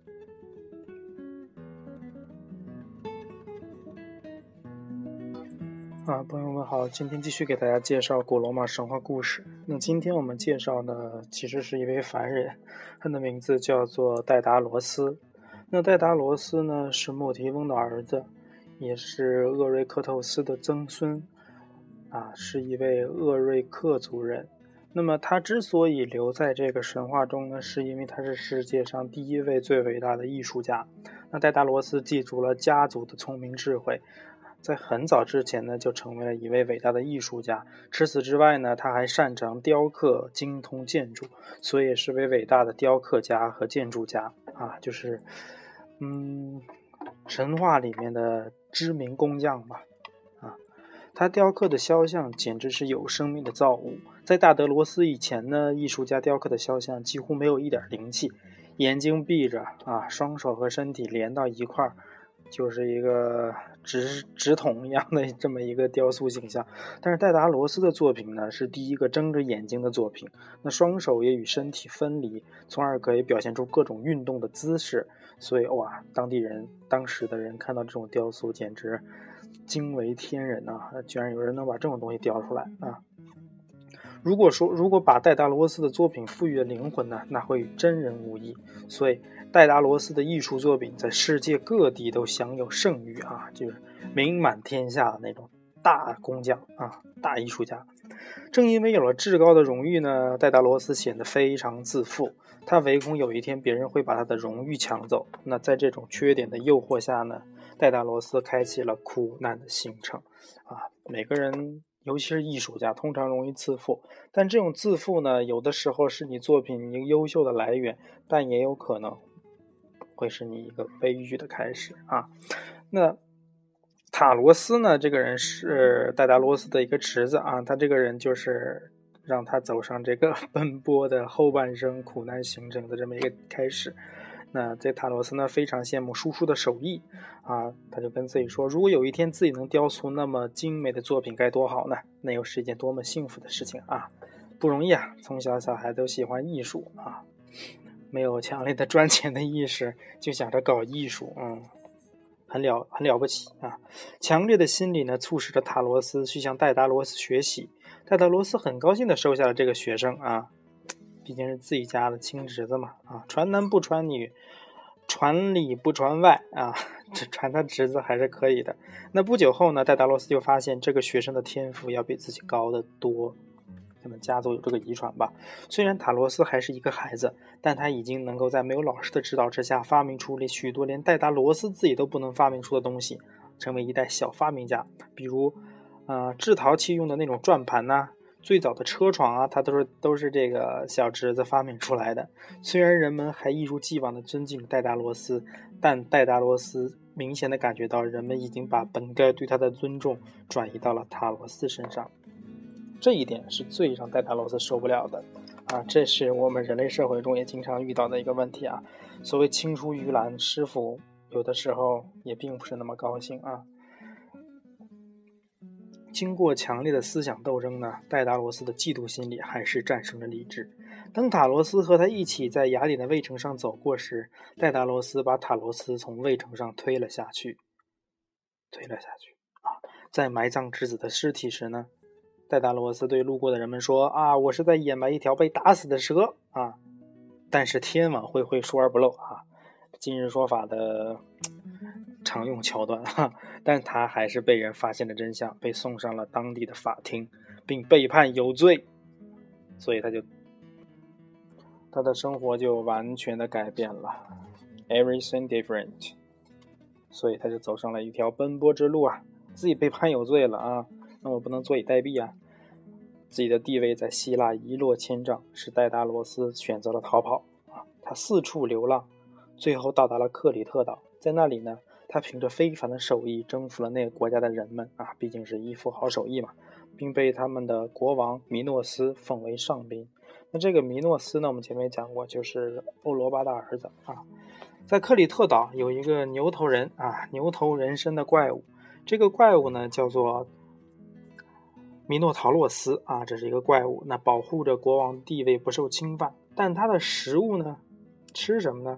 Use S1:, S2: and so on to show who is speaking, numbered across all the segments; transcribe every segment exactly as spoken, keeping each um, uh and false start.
S1: 啊，朋友们好，今天继续给大家介绍古罗马神话故事。那今天我们介绍的其实是一位凡人，他的名字叫做戴达罗斯。那戴达罗斯呢是莫提翁的儿子，也是厄瑞克透斯的曾孙，啊，是一位厄瑞克族人。那么他之所以留在这个神话中呢，是因为他是世界上第一位最伟大的艺术家。那戴达罗斯记住了家族的聪明智慧，在很早之前呢，就成为了一位伟大的艺术家。除此之外呢，他还擅长雕刻，精通建筑，所以也是位伟大的雕刻家和建筑家啊，就是嗯，神话里面的知名工匠吧。啊，他雕刻的肖像简直是有生命的造物。在大德罗斯以前呢，艺术家雕刻的肖像几乎没有一点灵气，眼睛闭着啊，双手和身体连到一块儿，就是一个直直筒一样的这么一个雕塑形象。但是戴达罗斯的作品呢，是第一个睁着眼睛的作品，那双手也与身体分离，从而可以表现出各种运动的姿势。所以哇，当地人当时的人看到这种雕塑简直惊为天人啊，居然有人能把这种东西雕出来啊！如果说如果把戴达罗斯的作品赋予了灵魂呢，那会与真人无异。所以戴达罗斯的艺术作品在世界各地都享有盛誉啊，就是名满天下的那种大工匠啊，大艺术家。正因为有了至高的荣誉呢，戴达罗斯显得非常自负，他唯恐有一天别人会把他的荣誉抢走。那在这种缺点的诱惑下呢，戴达罗斯开启了苦难的行程啊。每个人尤其是艺术家通常容易自负，但这种自负呢，有的时候是你作品一个优秀的来源，但也有可能会是你一个悲剧的开始啊。那塔罗斯呢，这个人是戴达罗斯的一个侄子啊，他这个人就是让他走上这个奔波的后半生苦难行程的这么一个开始。那这塔罗斯呢，非常羡慕叔叔的手艺啊，他就跟自己说，如果有一天自己能雕塑那么精美的作品该多好呢，那又是一件多么幸福的事情啊，不容易啊，从小小孩都喜欢艺术啊，没有强烈的赚钱的意识，就想着搞艺术，嗯，很了很了不起啊！强烈的心理呢，促使着塔罗斯去向戴达罗斯学习。戴达罗斯很高兴地收下了这个学生啊，毕竟是自己家的亲侄子嘛啊，传男不传女，传里不传外啊，这传他侄子还是可以的。那不久后呢，戴达罗斯就发现这个学生的天赋要比自己高得多，可能家族有这个遗传吧。虽然塔罗斯还是一个孩子，但他已经能够在没有老师的指导之下发明出了许多连戴达罗斯自己都不能发明出的东西，成为一代小发明家。比如呃，制陶器用的那种转盘呐、啊，最早的车床啊，它都是都是这个小侄子发明出来的。虽然人们还一如既往的尊敬戴达罗斯，但戴达罗斯明显的感觉到人们已经把本该对他的尊重转移到了塔罗斯身上。这一点是最让戴达罗斯受不了的啊！这是我们人类社会中也经常遇到的一个问题啊。所谓青出于蓝，师傅有的时候也并不是那么高兴啊。经过强烈的思想斗争呢，戴达罗斯的嫉妒心理还是战胜了理智。当塔罗斯和他一起在雅典的卫城上走过时，戴达罗斯把塔罗斯从卫城上推了下去，推了下去啊！在埋葬侄子的尸体时呢，戴达罗斯对路过的人们说啊，我是在掩埋一条被打死的蛇啊！但是天网恢恢，疏而不漏啊，今日说法的常用桥段哈，但他还是被人发现了真相，被送上了当地的法庭，并被判有罪。所以他就他的生活就完全的改变了 ，everything different。所以他就走上了一条奔波之路啊，自己被判有罪了啊，那我不能坐以待毙啊。自己的地位在希腊一落千丈，使戴达罗斯选择了逃跑啊，他四处流浪，最后到达了克里特岛，在那里呢，他凭着非凡的手艺征服了那个国家的人们啊，毕竟是一副好手艺嘛，并被他们的国王米诺斯奉为上宾。那这个米诺斯呢，我们前面讲过，就是欧罗巴的儿子啊。在克里特岛有一个牛头人啊，牛头人身的怪物，这个怪物呢叫做米诺陶洛斯啊，这是一个怪物，那保护着国王地位不受侵犯，但他的食物呢，吃什么呢？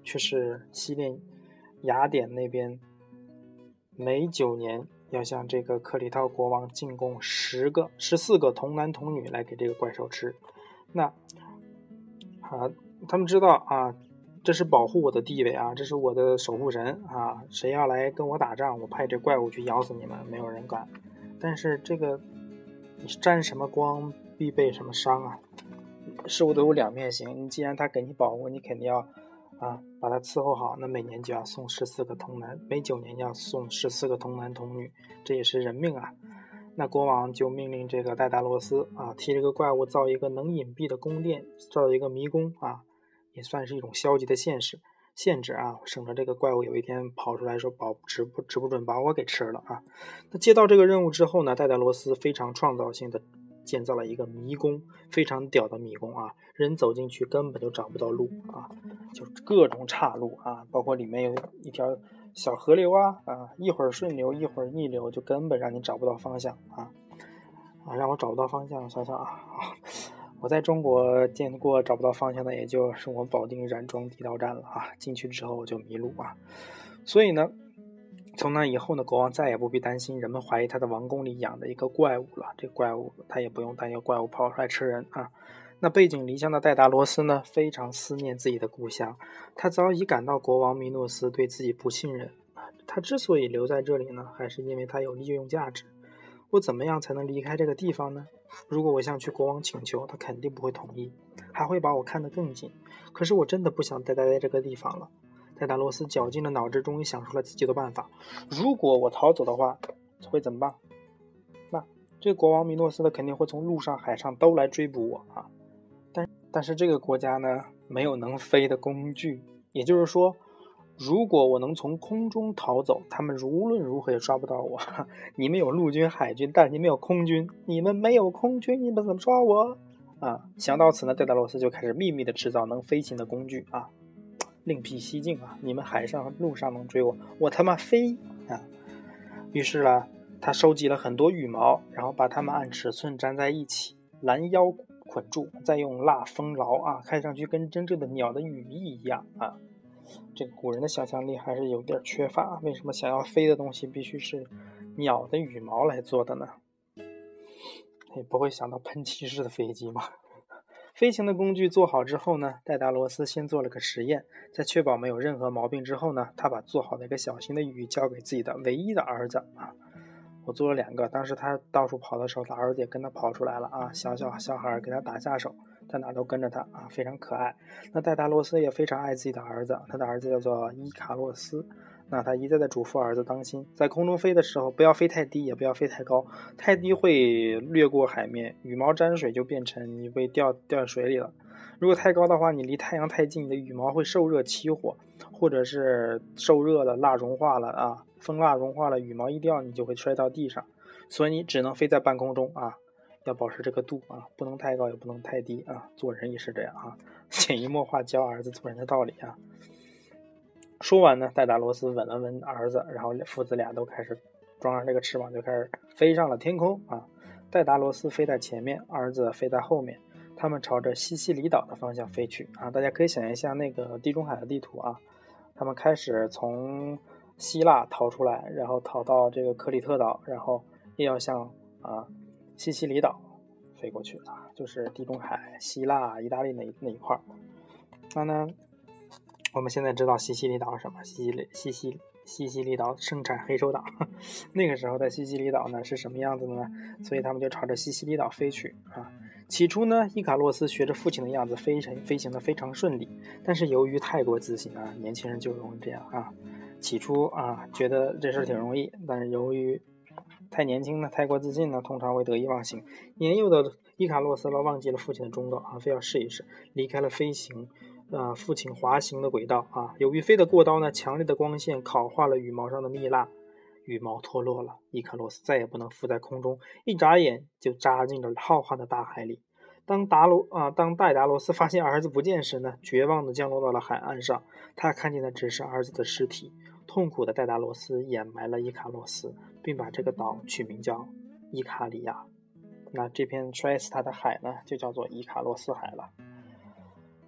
S1: 却是西炼雅典那边每九年要向这个克里特国王进贡十个、十四个童男童女来给这个怪兽吃。那啊，他们知道啊，这是保护我的地位啊，这是我的守护神啊，谁要来跟我打仗，我派这怪物去咬死你们，没有人敢。但是这个你沾什么光必被什么伤啊，事物都有两面性。你既然他给你保护，你肯定要啊把他伺候好，那每年就要送十四个童男，每九年要送十四个童男童女，这也是人命啊。那国王就命令这个戴达罗斯啊，替这个怪物造一个能隐蔽的宫殿，造一个迷宫啊，也算是一种消极的现实限制啊，省得这个怪物有一天跑出来说保指不指不准把我给吃了啊。那接到这个任务之后呢，戴达罗斯非常创造性的建造了一个迷宫，非常屌的迷宫啊，人走进去根本就找不到路啊，就是各种岔路啊，包括里面有一条小河流啊啊，一会儿顺流一会儿逆流，就根本让你找不到方向啊啊，让我找不到方向，想想啊，我在中国见过找不到方向的，也就是我保定冉庄地道站了啊，进去之后我就迷路啊，所以呢。从那以后呢，国王再也不必担心人们怀疑他的王宫里养的一个怪物了。这怪物他也不用担忧怪物跑出来吃人啊。那背井离乡的戴达罗斯呢，非常思念自己的故乡。他早已感到国王米诺斯对自己不信任。他之所以留在这里呢，还是因为他有利用价值。我怎么样才能离开这个地方呢？如果我向去国王请求，他肯定不会同意，还会把我看得更紧。可是我真的不想再待在这个地方了。戴达罗斯绞尽了脑汁，终于想出了自己的办法。如果我逃走的话，会怎么办？那这个国王米诺斯的肯定会从陆上、海上都来追捕我啊！但但是这个国家呢，没有能飞的工具，也就是说，如果我能从空中逃走，他们无论如何也抓不到我。你们有陆军、海军，但你们有空军，你们没有空军，你们怎么抓我啊？想到此呢，戴达罗斯就开始秘密的制造能飞行的工具啊。另辟蹊径啊！你们海上路上能追我，我他妈飞啊！于是呢，他收集了很多羽毛，然后把它们按尺寸粘在一起，拦腰捆住，再用蜡封牢啊，看上去跟真正的鸟的羽翼一样啊！这个古人的想象力还是有点缺乏，为什么想要飞的东西必须是鸟的羽毛来做的呢？也不会想到喷气式的飞机吗？飞行的工具做好之后呢，戴达罗斯先做了个实验，在确保没有任何毛病之后呢，他把做好的一个小型的羽交给自己的唯一的儿子啊。我做了两个，当时他到处跑的时候，他儿子也跟他跑出来了啊，小小小孩给他打下手，在哪都跟着他啊，非常可爱。那戴达罗斯也非常爱自己的儿子，他的儿子叫做伊卡洛斯。那他一再的嘱咐儿子当心，在空中飞的时候不要飞太低，也不要飞太高，太低会掠过海面，羽毛沾水就变成你被掉掉水里了。如果太高的话，你离太阳太近，你的羽毛会受热起火，或者是受热了蜡融化了啊，风蜡融化了，羽毛一掉你就会摔到地上，所以你只能飞在半空中啊，要保持这个度啊，不能太高也不能太低啊，做人也是这样啊，潜移默化教儿子做人的道理啊。说完呢，戴达罗斯吻了吻儿子，然后父子俩都开始装上这个翅膀，就开始飞上了天空啊。戴达罗斯飞在前面，儿子飞在后面，他们朝着西西里岛的方向飞去啊。大家可以想一下那个地中海的地图啊，他们开始从希腊逃出来，然后逃到这个克里特岛，然后又要向啊西西里岛飞过去啊，就是地中海、希腊、意大利那那一块儿。那呢？我们现在知道西西里岛是什么？西西里西西西西里岛盛产黑手党，那个时候的西西里岛呢是什么样子的呢？所以他们就朝着西西里岛飞去啊。起初呢，伊卡洛斯学着父亲的样子飞行，飞行的非常顺利。但是由于太过自信啊，年轻人就容易这样啊。起初啊，觉得这事挺容易，但是由于太年轻呢，太过自信呢，通常会得意忘形。年幼的伊卡洛斯呢，忘记了父亲的忠告啊，非要试一试，离开了飞行。呃，父亲滑行的轨道啊，由于飞得过高呢，强烈的光线烤化了羽毛上的蜜蜡，羽毛脱落了，伊卡洛斯再也不能浮在空中，一眨眼就扎进了浩瀚的大海里。当达罗啊，当戴达罗斯发现儿子不见时呢，绝望地降落到了海岸上，他看见的只是儿子的尸体。痛苦的戴达罗斯掩埋了伊卡洛斯，并把这个岛取名叫伊卡里亚。那这片摔死他的海呢，就叫做伊卡洛斯海了。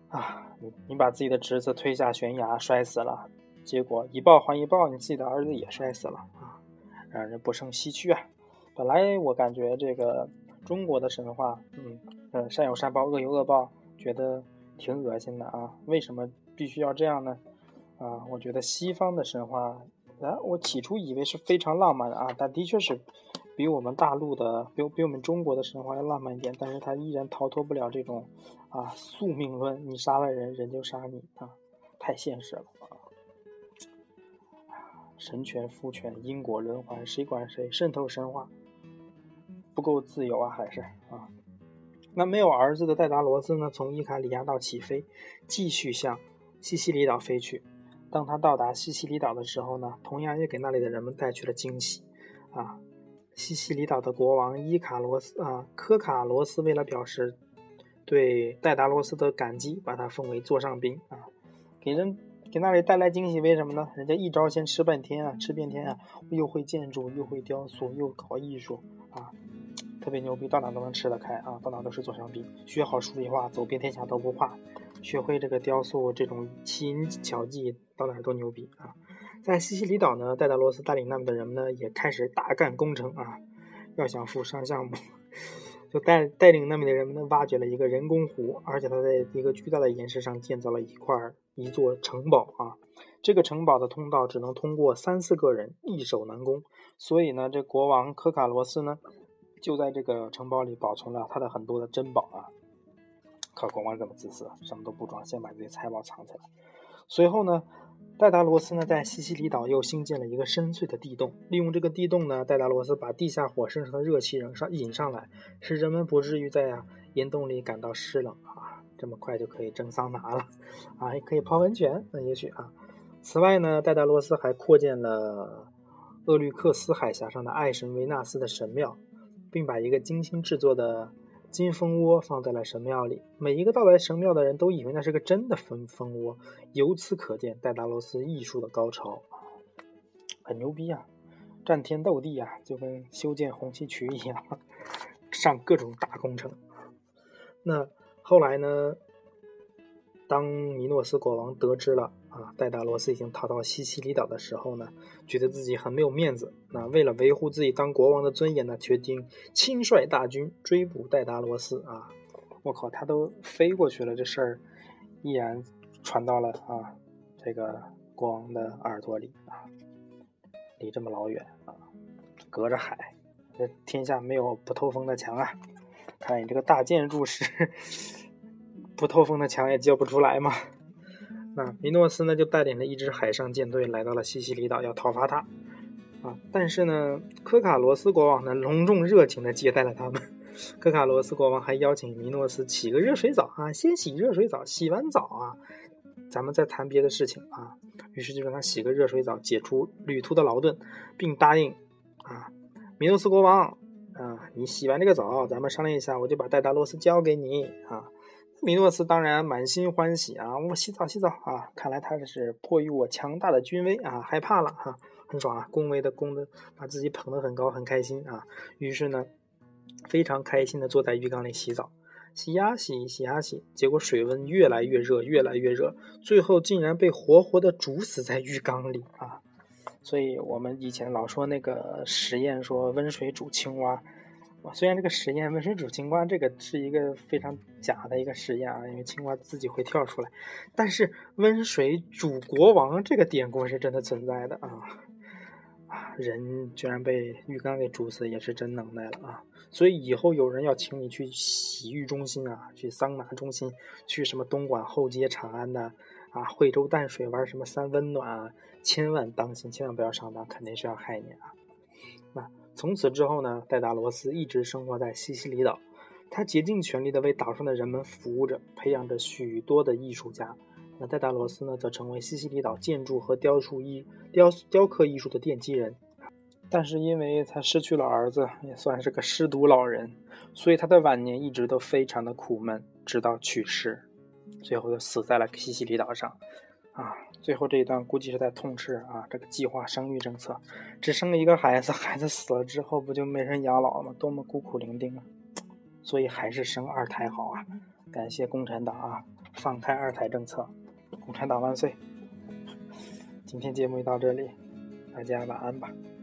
S1: 啊，你你把自己的侄子推下悬崖摔死了，结果一报还一报，你自己的儿子也摔死了啊，让人不胜唏嘘啊。本来我感觉这个中国的神话，嗯呃，善有善报，恶有恶报，觉得挺恶心的啊。为什么必须要这样呢？啊，我觉得西方的神话，啊，我起初以为是非常浪漫的啊，但的确是比我们大陆的，比比我们中国的神话要浪漫一点，但是它依然逃脱不了这种啊宿命论，你杀了人，人就杀你啊，太现实了啊！神权、父权、因果轮环，谁管谁？渗透神话，不够自由啊，还是啊？那没有儿子的戴达罗斯呢，从伊卡里亚岛起飞，继续向西西里岛飞去。当他到达西西里岛的时候呢，同样也给那里的人们带去了惊喜啊！西西里岛的国王伊卡罗斯啊，科卡罗斯为了表示对戴达罗斯的感激，把他封为座上宾啊，给人给那里带来惊喜。为什么呢？人家一招鲜吃半天啊，吃遍天啊，又会建筑，又会雕塑，又搞艺术啊，特别牛逼，到哪都能吃得开啊，到哪都是座上宾。学好数理化，走遍天下都不怕。学会这个雕塑这种奇淫巧技，到哪都牛逼啊！在西西里岛呢，戴达罗斯带领那边的人们呢，也开始大干工程啊。要想富上项目，就带带领那边的人们呢，挖掘了一个人工湖，而且他在一个巨大的岩石上建造了一块一座城堡啊。这个城堡的通道只能通过三四个人，易守难攻。所以呢，这国王科卡罗斯呢，就在这个城堡里保存了他的很多的珍宝啊。靠国王这么自私，什么都不装，先把这些财宝藏起来。随后呢，戴达罗斯呢在西西里岛又兴建了一个深邃的地洞，利用这个地洞呢，戴达罗斯把地下火身上的热气引上引上来，使人们不至于在啊岩洞里感到湿冷啊，这么快就可以蒸桑拿了啊，也可以泡温泉，那也许啊。此外呢，戴达罗斯还扩建了厄律克斯海峡上的爱神维纳斯的神庙，并把一个精心制作的金蜂窝放在了神庙里，每一个到来神庙的人都以为那是个真的蜂蜂窝，由此可见戴达罗斯艺术的高潮，很牛逼啊，战天斗地啊，就跟修建红旗渠一样，上各种大工程。那后来呢，当米诺斯国王得知了啊，戴达罗斯已经逃到西西里岛的时候呢，觉得自己很没有面子。那为了维护自己当国王的尊严呢，决定亲率大军追捕戴达罗斯啊！我靠，他都飞过去了，这事儿依然传到了啊这个国王的耳朵里啊，离这么老远啊，隔着海，这天下没有不透风的墙啊！看你这个大建筑师，不透风的墙也叫不出来嘛。那米诺斯呢，就带领了一支海上舰队来到了西西里岛，要讨伐他啊。但是呢，科卡罗斯国王呢，隆重热情地接待了他们。科卡罗斯国王还邀请米诺斯洗个热水澡啊，先洗热水澡，洗完澡啊，咱们再谈别的事情啊。于是就让他洗个热水澡，解除旅途的劳顿，并答应啊，米诺斯国王啊，你洗完这个澡，咱们商量一下，我就把戴达罗斯交给你啊。米诺斯当然满心欢喜啊，我洗澡洗澡啊！看来他是迫于我强大的军威啊，害怕了哈、啊，很爽啊，恭维的恭的，把自己捧得很高，很开心啊。于是呢，非常开心的坐在浴缸里洗澡，洗呀洗，洗呀洗，结果水温越来越热，越来越热，最后竟然被活活的煮死在浴缸里啊！所以我们以前老说那个实验，说温水煮青蛙。虽然这个实验温水煮青蛙这个是一个非常假的一个实验啊，因为青蛙自己会跳出来，但是温水煮国王这个典故是真的存在的啊！啊，人居然被浴缸给煮死，也是真能耐了啊！所以以后有人要请你去洗浴中心啊，去桑拿中心，去什么东莞后街、长安的啊，惠州淡水玩什么三温暖啊，千万当心，千万不要上当，肯定是要害你啊！那从此之后呢，戴达罗斯一直生活在西西里岛，他竭尽全力的为岛上的人们服务着，培养着许多的艺术家。那戴达罗斯呢，则成为西西里岛建筑和雕塑艺雕雕刻艺术的奠基人。但是因为他失去了儿子，也算是个失独老人，所以他的晚年一直都非常的苦闷，直到去世，最后就死在了西西里岛上。啊，最后这一段估计是在痛斥啊，这个计划生育政策，只生了一个孩子，孩子死了之后不就没人养老了吗？多么孤苦伶仃啊！所以还是生二胎好啊！感谢共产党啊！ 放开二胎政策，共产党万岁！今天节目就到这里，大家晚安吧。